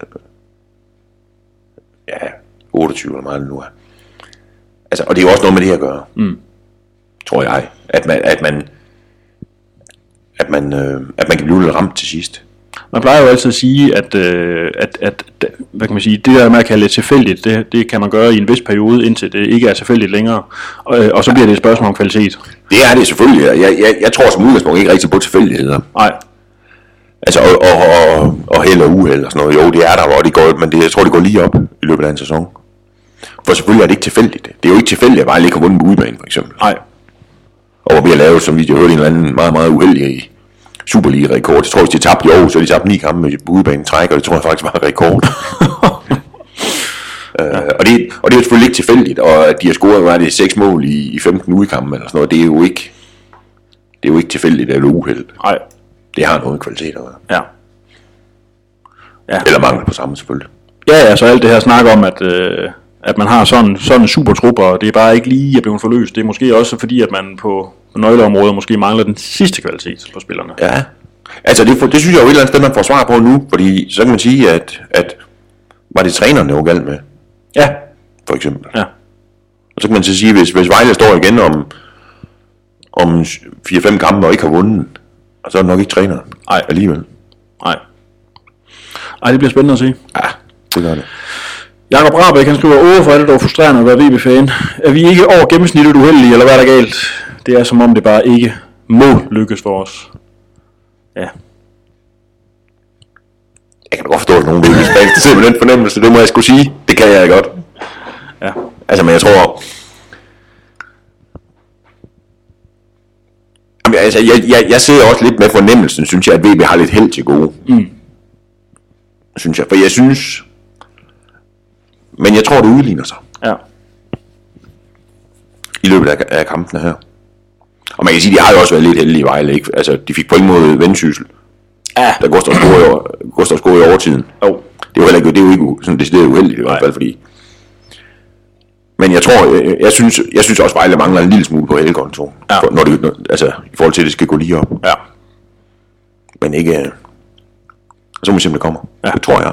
B: Ja, otteogtyve eller meget det nu er. Altså, og det er jo også noget med det at gøre, mm. tror jeg, at man, at man, at man, øh, at man kan blive lidt ramt til sidst.
A: Man plejer jo altid at sige, at, øh, at, at hvad kan man sige, det der med at kalde det tilfældigt, det, det kan man gøre i en vis periode, indtil det ikke er tilfældigt længere, og, og så bliver det et spørgsmål om kvalitet.
B: Det er det selvfølgelig. Jeg, jeg, jeg tror som udgangspunkt ikke rigtig på tilfældigheder.
A: Nej.
B: Altså, og, og, og, og held og uheld og sådan noget, jo, det er der, hvor det går, men det, jeg tror, det går lige op i løbet af en sæson. For selvfølgelig er det ikke tilfældigt. Det er jo ikke tilfældigt, at bare lige kan vundet på udebane, for eksempel.
A: Nej.
B: Og hvor vi har lavet, som vi har hørt, en eller anden meget, meget uheldig Superliga-rekord. Jeg tror, hvis de tabte i år, så de tabte ni kampe med udebanen træk, og det tror jeg faktisk var rekord. ja. uh, og, det, og det er selvfølgelig ikke tilfældigt, og at de har scoret, hvad er det, seks mål i, i femten udekampe eller sådan noget, det er jo ikke, det er jo ikke tilfældigt eller uheld.
A: Nej.
B: Det har noget kvalitet at gøre.
A: Ja. Ja.
B: Eller mangel på samme, selvfølgelig.
A: Ja, ja, så alt det her snak om, at, øh, at man har sådan, sådan en supertrup, og det er bare ikke lige at blive forløst. Det er måske også fordi, at man på nøgleområder måske mangler den sidste kvalitet på spillerne.
B: Ja, altså det, det synes jeg jo et eller andet sted, man får svar på nu, fordi så kan man sige, at, at var det trænerne jo galt med?
A: Ja.
B: For eksempel.
A: Ja.
B: Og så kan man så sige, hvis, hvis Vejle står igen om, om fire fem kampe og ikke har vundet, og så er det nok ikke træneren.
A: Nej.
B: Alligevel.
A: Nej. Ej, det bliver spændende at se.
B: Ja, det gør det.
A: Jakob Rahbæk, han skriver, åh, for er det dog frustrerende at være V B-fan. Er vi ikke over gennemsnittet uheldige, eller hvad er der galt? Det er som om det bare ikke må lykkes for os. Ja.
B: Jeg kan da godt forstå, at nogen vil spille til simpelthen den fornemmelse, det må jeg skulle sige. Det kan jeg godt.
A: Ja.
B: Altså, men jeg tror... Jamen, altså, jeg, jeg, jeg sidder også lidt med fornemmelsen, synes jeg, at V B har lidt held til gode.
A: Mm.
B: Synes jeg, for jeg synes... Men jeg tror, det udligner sig.
A: Ja.
B: I løbet af, af kampene her. Og man kan sige, de har jo også været lidt heldige i Vejle, ikke? Altså, de fik point mod Vendsyssel.
A: Ja.
B: Der Gustav scorede i overtiden.
A: Jo.
B: Det er jo heller ikke, det er jo ikke sådan decideret uheldigt i hvert fald, fordi... Men jeg tror, jeg, jeg, synes, jeg synes også, at Vejle mangler en lille smule på helkontoen.
A: Ja.
B: For, når det, når, altså, i forhold til, at det skal gå lige op.
A: Ja.
B: Men ikke... Så må vi se, om det kommer.
A: Ja.
B: Det tror jeg.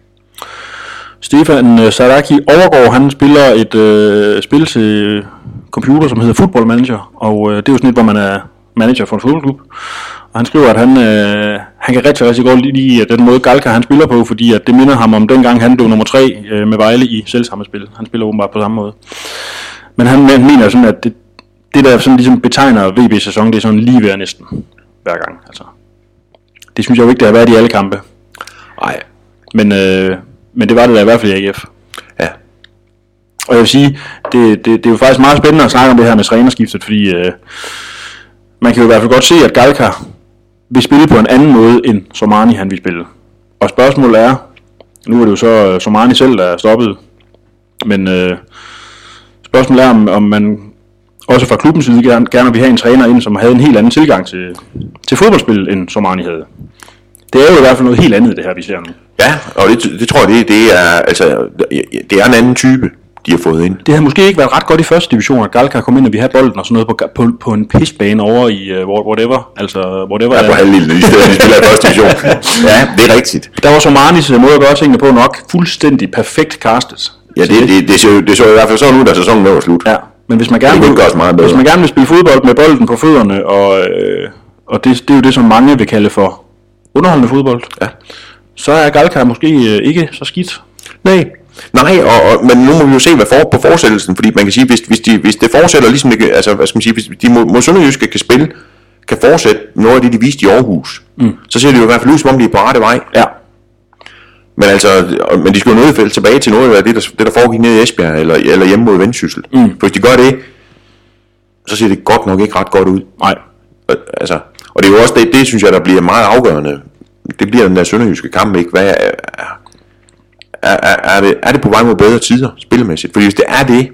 A: Stefan Sadaki Overgaard, han spiller et øh, spil til computer, som hedder Football Manager, og øh, det er jo sådan et, hvor man er manager for en fodboldklub. Og han skriver, at han, øh, han kan rigtig, rigtig godt lide den måde Galka han spiller på, fordi at det minder ham om dengang han blev nummer tre øh, med Vejle i selvsamme spil. Han spiller åbenbart på samme måde. Men han mener sådan, at det, det der sådan ligesom betegner V B-sæson, det er sådan lige ved næsten hver gang. Altså. Det synes jeg jo ikke, det har været i alle kampe.
B: Nej.
A: Men... Øh, Men det var det da i hvert fald i A G F.
B: Ja.
A: Og jeg vil sige, det, det, det er jo faktisk meget spændende at snakke om det her med trænerskiftet, fordi øh, man kan jo i hvert fald godt se, at Galka vil spille på en anden måde, end Somani han vil spille. Og spørgsmålet er, nu er det jo så Somani selv, der er stoppet, men øh, spørgsmålet er, om, om man også fra klubbens side gerne, gerne vil have en træner ind, som havde en helt anden tilgang til, til fodboldspil, end Somani havde. Det er jo i hvert fald noget helt andet, det her, vi ser nu.
B: Ja, og det, det tror jeg, det, det er altså det er en anden type, de har fået ind.
A: Det havde måske ikke været ret godt i første division, at Galka kom ind, og vi havde bolden og sådan noget på, på, på en pisbane over i uh, whatever. Altså, whatever.
B: Ja, på halvdelen, i stedet, de spiller i første division. Ja, det er rigtigt.
A: Der var Somanis måde at gøre tingene på nok fuldstændig perfekt castet.
B: Ja, det, det, det, så, det så i hvert fald sådan ud, da sæsonen var slut.
A: Ja, men hvis man gerne, vil, hvis man gerne vil spille fodbold med bolden på fødderne, og, øh, og det, det er jo det, som mange vil kalde for underholdende fodbold,
B: ja,
A: så er Galka måske øh, ikke så skidt.
B: Nej, nej, og, og, men nu må vi jo se, hvad for på fortsættelsen, fordi man kan sige, hvis, hvis, de, hvis det fortsætter ligesom det, altså hvad skal man sige, hvis de mod Sønderjyske kan spille, kan fortsætte noget af det, de viste i Aarhus, mm. så ser det jo i hvert fald ud, som om de er på rette vej.
A: Ja.
B: Men altså, men de skal jo nødt tilbage til noget af det, der, det, der foregik nede i Esbjerg, eller, eller hjemme mod Vendsyssel. Mm. For hvis de gør det, så ser det godt nok ikke ret godt ud.
A: Nej.
B: Altså, og det er jo også det, det synes jeg, der bliver meget afgørende. Det bliver den der sønderjyske kamp, ikke? Hvad er, er, er, er, det, er det på vej mod bedre tider, spillemæssigt? Fordi hvis det er det,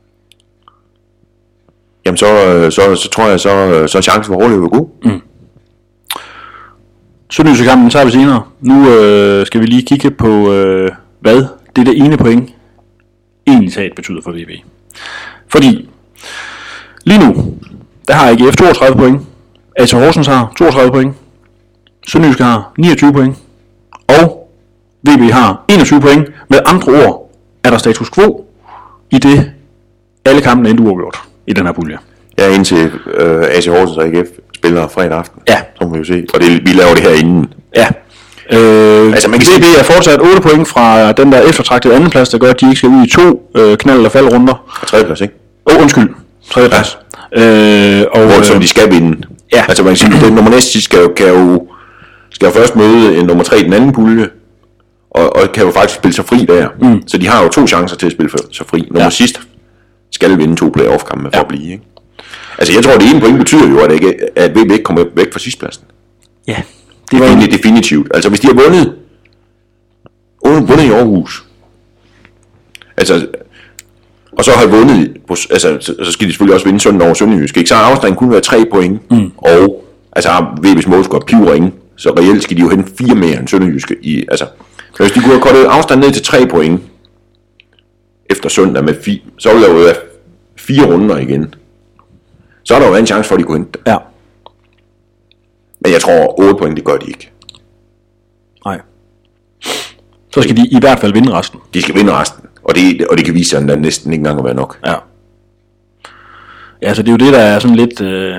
B: jamen så, så, så tror jeg, så, så er chancen for overleve god. Mm.
A: Sønderjyske kampen tager vi senere. Nu øh, skal vi lige kigge på, øh, hvad det der ene point egentlig taget betyder for V B. Fordi lige nu, der har A G F toogtredive point, A T Horsens har toogtredive point, Sønderjyske har niogtyve point, og V B har enogtyve point. Med andre ord er der status quo i det, alle kampene endte uafgjort i den her pulje.
B: Ja, indtil øh, A T Horsens og A G F spiller fredag aften.
A: Ja.
B: Så må vi jo se. Og det, vi laver det her inden.
A: Ja. Øh, altså man kan V B er fortsat otte point fra den der eftertragtede andenplads, der gør, at de ikke skal ud i to øh, knald- og faldrunder.
B: Tredjeplads, ikke?
A: Åh, oh, undskyld. Tredjeplads. Ja. Øh, og,
B: Hvor, som de skal vinde.
A: Ja.
B: Altså man kan sige, at nummer næste skal, kan jo skal jo først møde en nummer tre i den anden pulje, og, og kan jo faktisk spille sig fri der. Mm. Så de har jo to chancer til at spille sig fri. Nummer ja. sidst skal vinde to playoff-kampe for ja. at blive, ikke? Altså jeg tror, at det ene point betyder jo, at, ikke, at V B ikke kommer væk fra sidstpladsen.
A: Ja.
B: Det var egentlig definitivt. Altså hvis de har vundet, vundet i Aarhus, altså, og så har vundet, altså så skal de selvfølgelig også vinde søndag over Sønderjysk, ikke? Så har afstanden kun været tre point, mm. og altså har V B's målscore pivringe, så reelt skal de jo hente fire mere end Sønderjyske i, altså, hvis de kunne have kortet afstanden ned til tre point, efter søndag med fire, så ville der jo være fire runder igen. Så er der jo en chance for, at de kunne hente det.
A: Ja.
B: Men jeg tror, otte point, det gør de ikke.
A: Nej. Så skal de i hvert fald vinde resten.
B: De skal vinde resten. Og det, og det kan vise sig, at der næsten ikke engang at være nok.
A: Ja. Ja, så det er jo det, der er sådan lidt... Øh...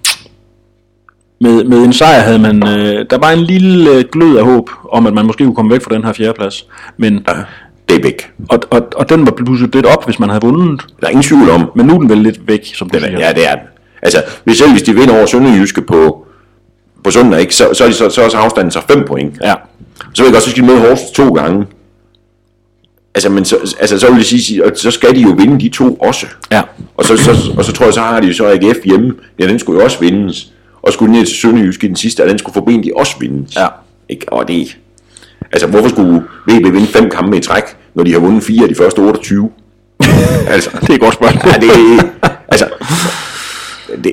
A: Med, med en sejr havde man... Øh... Der var en lille glød af håb om, at man måske kunne komme væk fra den her fjerdeplads. Men ja.
B: det er væk.
A: Og, og, og den var blusset lidt op, hvis man havde vundet.
B: Der er ingen tvivl om.
A: Men nu er den vel lidt væk, som du
B: Den er,
A: siger.
B: ja, det er den. Altså, hvis selv hvis de vinder over Sønderjyske på, på søndag, ikke, så, så, er de, så, så er også afstanden så fem point.
A: Ja.
B: Så vil jeg godt, så skal de møde Horsens to gange. Altså, men så, altså, så vil jeg sige, og så skal de jo vinde de to også.
A: Ja.
B: Og så, så, og så tror jeg, så har de jo så A G F hjemme. Ja, den skulle jo også vindes. Og skulle ned til Sønderjysk i den sidste, og den skulle formentlig også vindes.
A: Ja.
B: Ikke? Og det... Altså, hvorfor skulle V B vinde fem kampe i træk, når de har vundet fire af de første otteogtyve? Altså,
A: Det er et godt spørgsmål.
B: ja, det... Altså... Det,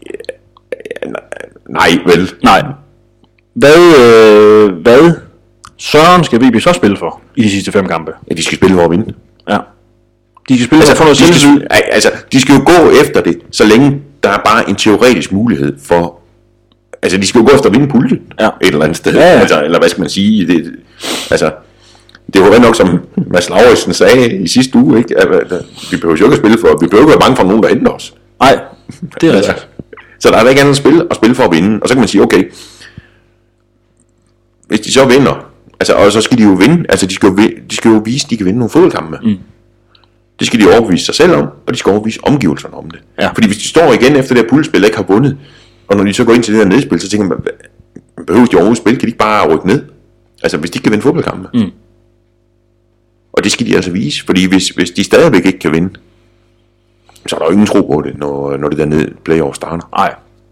B: nej, vel.
A: Nej. Hvad, øh, hvad Søren skal V B så spille for i de sidste fem kampe?
B: Ja, de skal spille for at vinde.
A: Ja. De skal spille
B: Altså,
A: for noget
B: de skal,
A: selvtillid.
B: altså, de skal jo gå efter det, så længe der er bare en teoretisk mulighed for... Altså, de skal jo gå efter at vinde puljen
A: Ja.
B: et eller andet sted.
A: Ja, ja.
B: Altså, eller hvad skal man sige? Det, altså, det var nok, som Mads Lauritsen sagde i sidste uge, ikke? At, at, at vi behøver jo ikke at spille for... Vi behøver ikke være bange for nogen, der henter os.
A: Nej, det er
B: Altså,
A: rigtigt.
B: så der er da ikke andet at spille, at spille for at vinde. Og så kan man sige, okay, hvis de så vinder, altså, og så skal de jo vinde, altså de skal jo, vi- de skal jo vise, at de kan vinde nogle fodboldkampe. Mm. Det skal de overbevise sig selv om, og de skal overbevise omgivelserne om det.
A: Ja.
B: Fordi hvis de står igen efter det her puljespil og ikke har vundet, og når de så går ind til det her nedspil, så tænker man, "Hvad- behøver de overhovedet spille? Kan de ikke bare rykke ned? Altså hvis de ikke kan vinde fodboldkampe.
A: Mm.
B: Og det skal de altså vise, fordi hvis, hvis de stadigvæk ikke kan vinde, så er der jo ingen tro på det, når, når det der ned playoff starter.
A: Nej.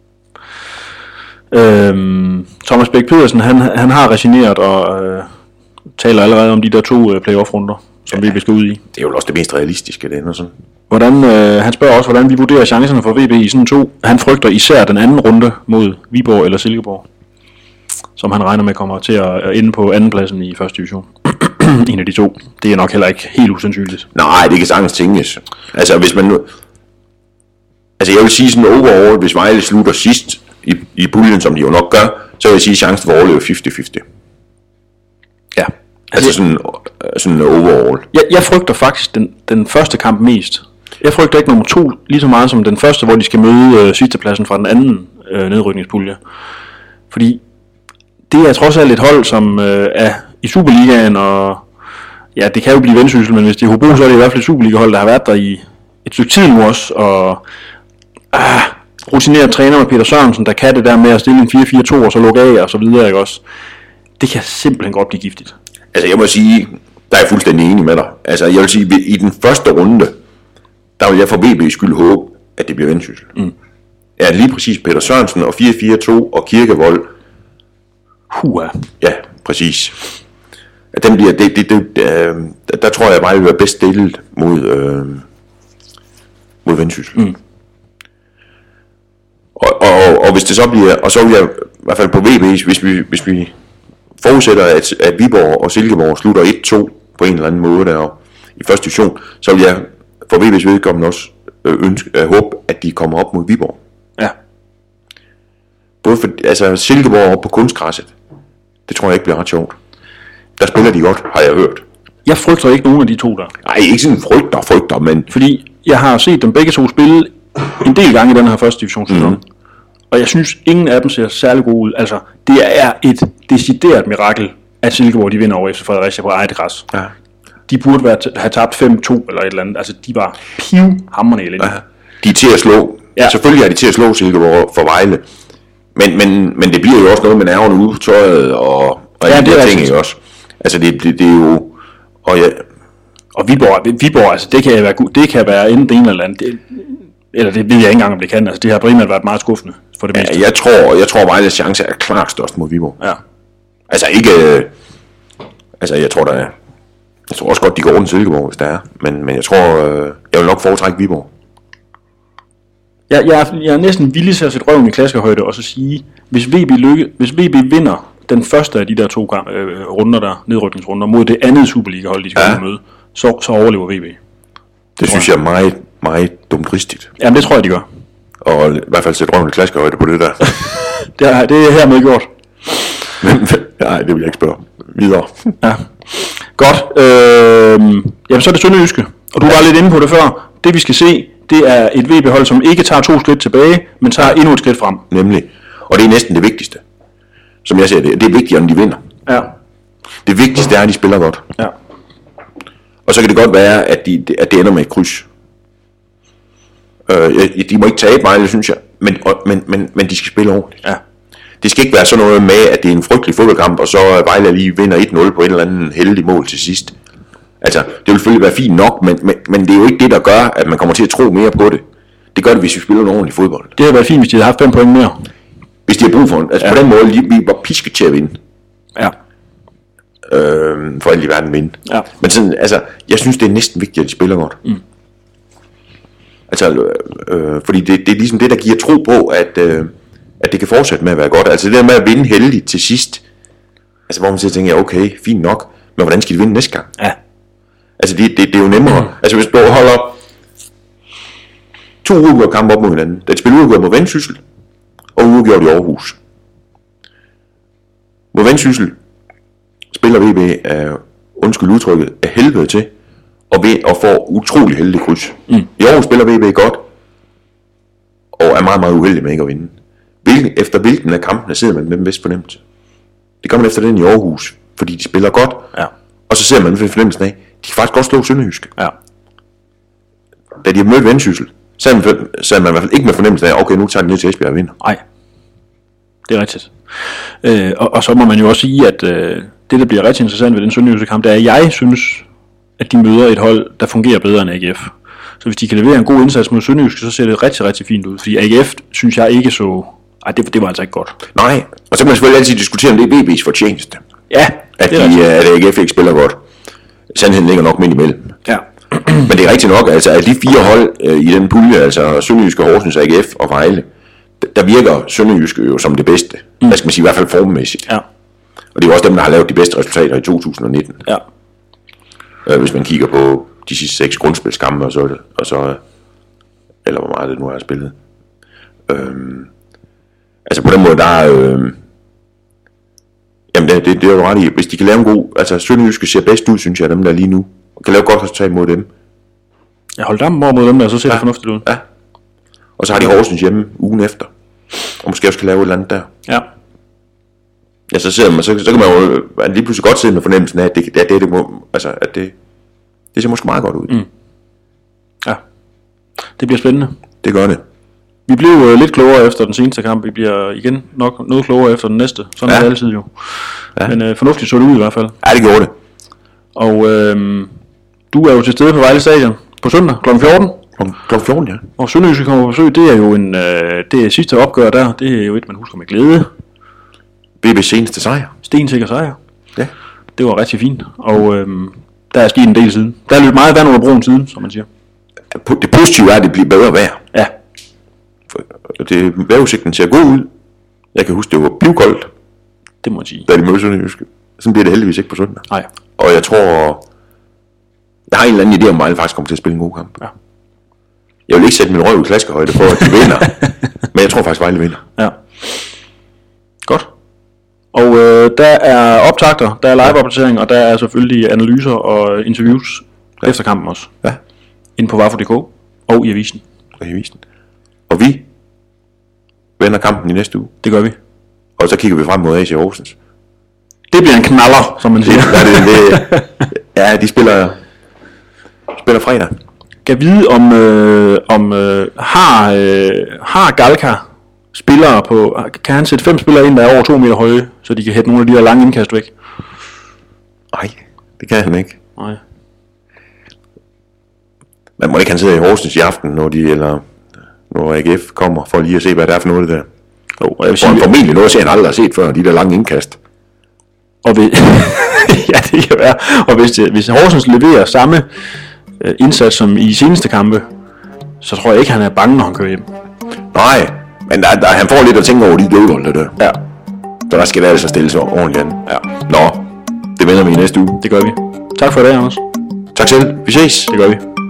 A: Øhm, Thomas Bæk Pedersen, han, han har resigneret og øh, taler allerede om de der to øh, playoff-runder, som ja. V B skal ud i.
B: Det er jo også det mest realistiske, det ender sådan.
A: Hvordan, øh, han spørger også, hvordan vi vurderer chancerne for V B i sådan to. Han frygter især den anden runde mod Viborg eller Silkeborg, som han regner med kommer til at, at ende på andenpladsen i første division. En af de to. Det er nok heller ikke helt usandsynligt.
B: Nej, det kan sagtens tænkes. Altså, hvis man nu... Altså, jeg vil sige sådan overall, hvis Vejle slutter sidst i, i puljen, som de jo nok gør, så vil jeg sige, at chancen for at overleve halvtreds halvtreds.
A: Ja.
B: Altså sådan, sådan overall.
A: Jeg, jeg frygter faktisk den, den første kamp mest. Jeg frygter ikke nummer to lige så meget som den første, hvor de skal møde øh, sidstepladsen fra den anden øh, nedrykningspulje. Fordi det er trods alt et hold, som øh, er i Superligaen, og ja, det kan jo blive Vendsyssel, men hvis det er Hobro, så er det i hvert fald et Superliga-hold, der har været der i et stykke tid nu også, og ah, rutineret træner med Peter Sørensen, der kan det der med at stille en fire fire to og så lukke af og så videre, ikke også? Det kan simpelthen godt blive giftigt.
B: Altså, jeg må sige, der er jeg fuldstændig enig med dig. Altså, jeg vil sige, i den første runde, der vil jeg for V B's skyld håbe, at det bliver Vendsyssel. Mm. Ja, lige præcis Peter Sørensen og fire fire to og Kirkevold.
A: Hua.
B: Ja, præcis. At den bliver, det, det, det, øh, der tror jeg bare, at vi er bedst stillet mod, øh, mod Vendsyssel. Mm. Og, og, og hvis det så bliver, og så vil jeg i hvert fald på V B's, hvis vi, hvis vi forudsætter, at, at Viborg og Silkeborg slutter et to på en eller anden måde der i første division, så vil jeg for V B's vedkommende også ønske, øh, håbe, at de kommer op mod Viborg.
A: Ja.
B: Både for, altså Silkeborg op på kunstgræsset, det tror jeg ikke bliver ret sjovt. Der spiller de godt, har jeg hørt.
A: Jeg frygter ikke nogen af de to der.
B: Nej, ikke sådan frygter, frygter, men...
A: Fordi jeg har set dem begge to spille en del gange i den her første divisionssæson. Mm. Og jeg synes, ingen af dem ser særlig gode ud. Altså, det er et decideret mirakel, at Silkeborg de vinder over F C Fredericia på eget græs.
B: Ja.
A: De burde være t- have tabt fem to eller et eller andet. Altså, de var pivhamrende elendige.
B: Ja. De er til at slå.
A: Ja.
B: Selvfølgelig er de til at slå Silkeborg for Vejle. Men, men, men det bliver jo også noget med nerverne ude på tøjet og, og
A: Ja,
B: de
A: det er
B: der ting,
A: rigtigt.
B: ikke også? Altså, det, det, det er jo... Og ja,
A: Og Viborg, Viborg altså, det kan være, gu- det kan være enten det ene eller andet. Det, eller det ved jeg ikke engang, om det kan. Altså, det har primært været meget skuffende for det meste.
B: ja, jeg tror, jeg tror Vejles chance er klart størst mod Viborg.
A: Ja.
B: Altså ikke... øh, Altså, jeg tror, der er... Jeg tror også godt, de går rundt Silkeborg, hvis der er. Men, men jeg tror, øh, jeg vil nok foretrække Viborg.
A: Jeg, jeg, er, jeg er næsten villig til at sætte røven i klaskehøjde og så sige, hvis V B, lykke, hvis V B vinder den første af de der to gang, øh, runder der, nedrykningsrunder, mod det andet Superliga-hold, de skal
B: Ja.
A: møde, så, så overlever V B.
B: Det synes jeg er meget, meget dumt ristigt.
A: Jamen, det tror jeg, de gør.
B: Og i hvert fald sætte røven i klaskehøjde på det der.
A: Det er, det er hermed gjort.
B: Men, nej, det vil jeg ikke spørge. Videre.
A: Ja. Godt. Øh, jamen, så er det Sønderjyske. Og du var lidt inde på det før. Det vi skal se, det er et V B-hold, som ikke tager to skridt tilbage, men tager endnu et skridt frem.
B: Nemlig. Og det er næsten det vigtigste. Som jeg ser det. Det er vigtigere, end de vinder.
A: Ja.
B: Det vigtigste er, at de spiller godt.
A: Ja.
B: Og så kan det godt være, at, de, at det ender med et kryds. Øh, de må ikke tabe mig, det synes jeg. Men, men, men, men de skal spille ordentligt.
A: Ja.
B: Det skal ikke være sådan noget med, at det er en frygtelig fodboldkamp, og så Vejle lige vinder et nul på et eller andet heldig mål til sidst. Altså, det vil selvfølgelig være fint nok, men, men, men det er jo ikke det, der gør, at man kommer til at tro mere på det. Det gør det, hvis vi spiller en ordentlig fodbold.
A: Det havde været fint, hvis de havde haft fem point mere.
B: Hvis de har brug for en. Altså ja. På den måde, vi var pisket til at vinde.
A: Ja.
B: Øh, for alt i verden vinde.
A: Ja.
B: Men sådan, altså, jeg synes, det er næsten vigtigt, at de spiller godt. Mm. Altså, øh, fordi det, det er ligesom det, der giver tro på, at, øh, at det kan fortsætte med at være godt. Altså det der med at vinde heldigt til sidst. Altså hvor man siger, tænker, okay, fint nok, men hvordan skal de vinde næste gang?
A: Ja.
B: Altså det, det, det er jo nemmere. Mm. Altså hvis du holder to uafgjorte kampe op mod hinanden. Da de spiller uafgjort mod Vendsyssel, og uafgjort i Aarhus. Mod Vendsyssel spiller V B af, undskyld udtrykket, af helvede til, og, ved, og får utrolig heldig kryds. Mm. I Aarhus spiller V B godt, og er meget, meget uheldig med ikke at vinde. Hvilken, efter hvilken af kampene sidder man med den bedste fornemmelse? Det kommer efter den i Aarhus, fordi de spiller godt,
A: ja.
B: Og så ser man med fornemmelsen af, de kan faktisk godt slå Sønderjyske.
A: Ja.
B: Da de har mødt Vendsyssel, så er, man, så er man i hvert fald ikke med fornemmelsen af, okay, nu tager de ned til Esbjerg og vinder.
A: Nej, det er rigtigt. Øh, og, og så må man jo også sige, at øh, det, der bliver rigtig interessant ved den Sønderjyske kamp, det er, at jeg synes, at de møder et hold, der fungerer bedre end A G F. Så hvis de kan levere en god indsats mod Sønderjyske, så ser det rigtig, rigtig fint ud. Fordi A G F, synes jeg ikke så... Ej, det, det var altså ikke godt.
B: Nej, og så kan man selvfølgelig altid diskutere, om det er V B's fortjeneste.
A: Ja,
B: at, de, at A G F ikke spiller godt. Sandheden ligger nok midt imellem.
A: Ja.
B: Men det er rigtigt nok, altså at de fire hold øh, i den pulje, altså Sønderjyske, Horsens, A G F og Vejle, der virker Sønderjyske jo som det bedste. Mm. Hvad skal man sige, i hvert fald formmæssigt.
A: Ja.
B: Og det er også dem, der har lavet de bedste resultater i to tusind nitten.
A: Ja.
B: Øh, hvis man kigger på de sidste seks grundspilskampe, og så, og så eller hvor meget det nu er spillet. Øhm, altså på den måde, der er... Øh, jamen det, det, det er jo ret i. Hvis de kan lave en god... Altså Sønderjyske ser bedst ud, synes jeg, dem der lige nu. Og kan lave godt resultat mod dem.
A: Jeg holder dampen over mod dem der, så ser ja. det fornuftigt ud.
B: Ja. Og så har de Horsens hjemme ugen efter. Og måske også kan lave et eller andet der.
A: Ja.
B: Ja, så, ser man, så, så kan man jo lige pludselig godt sidde med fornemmelsen af, at det, at det, det, må, altså, at det, det ser måske meget godt ud.
A: Mm. Ja. Det bliver spændende.
B: Det gør det.
A: Vi blev øh, lidt klogere efter den seneste kamp. Vi bliver igen nok noget klogere efter den næste. Sådan ja. er det altid jo. Ja. Men øh, fornuftigt så det ud i hvert fald.
B: Ja, det gjorde det.
A: Og øh, du er jo til stede på Vejle Stadion på søndag klokken fjorten.
B: klokken fjorten, ja.
A: Og Sønderjyske kommer på besøg. Det er jo en, øh, det er sidste opgør der. Det er jo et, man husker med glæde.
B: V B's seneste sejr.
A: Stensikker sejr.
B: Ja. Det
A: var rigtig fint. Og øh, der er sket en del siden. Der er løbet meget vand under broen siden, som man siger.
B: Det positive er, at det bliver bedre vejr.
A: Ja.
B: Det vejrudsigten ser god ud. Jeg kan huske, det var pivkoldt.
A: Det må jeg sige.
B: Da de mødte Sønderjyske. Sådan bliver det heldigvis ikke på søndag.
A: Nej.
B: Og jeg tror, jeg har en eller anden idé om, at Vejle faktisk kommer til at spille en god kamp.
A: Ja.
B: Jeg vil ikke sætte min røv i klaskehøjde for, at de vinder. Men jeg tror faktisk, Vejle vinder.
A: Ja. Godt. Og øh, der er optagter, der er live-opdatering, og der er selvfølgelig analyser og interviews ja. efter kampen også.
B: Ja.
A: Inde på Vafo punktum d k og i avisen.
B: Og i avisen. Og vi vender kampen i næste uge.
A: Det gør vi.
B: Og så kigger vi frem mod A C Horsens.
A: Det bliver en knaller, som man siger.
B: Ja, det, det, ja de spiller, spiller fredag.
A: Kan vide om, øh, om øh, har, øh, har Galka spillere på, kan han sætte fem spillere ind, der er over to meter høje, så de kan hætte nogle af de der lange indkast væk?
B: Nej, det kan han ikke.
A: Nej.
B: Man må ikke han sidder i Horsens i aften, når de, eller når A G F kommer, for lige at se, hvad det er for noget der.
A: Jo, og jeg vil
B: sige, han formentlig noget, han aldrig har set før, de der lange indkast.
A: Og hvis, ja, det kan være. Og hvis, hvis Horsens leverer samme øh, indsats som i seneste kampe, så tror jeg ikke, han er bange, når han kører hjem.
B: Nej, men der, der, han får lidt at tænke over de dødbolde der.
A: Ja.
B: Så der skal være så stille så ordentligt an.
A: Ja.
B: Nå, det vender vi i næste uge.
A: Det gør vi. Tak for i dag, Anders.
B: Tak selv. Vi ses.
A: Det gør vi.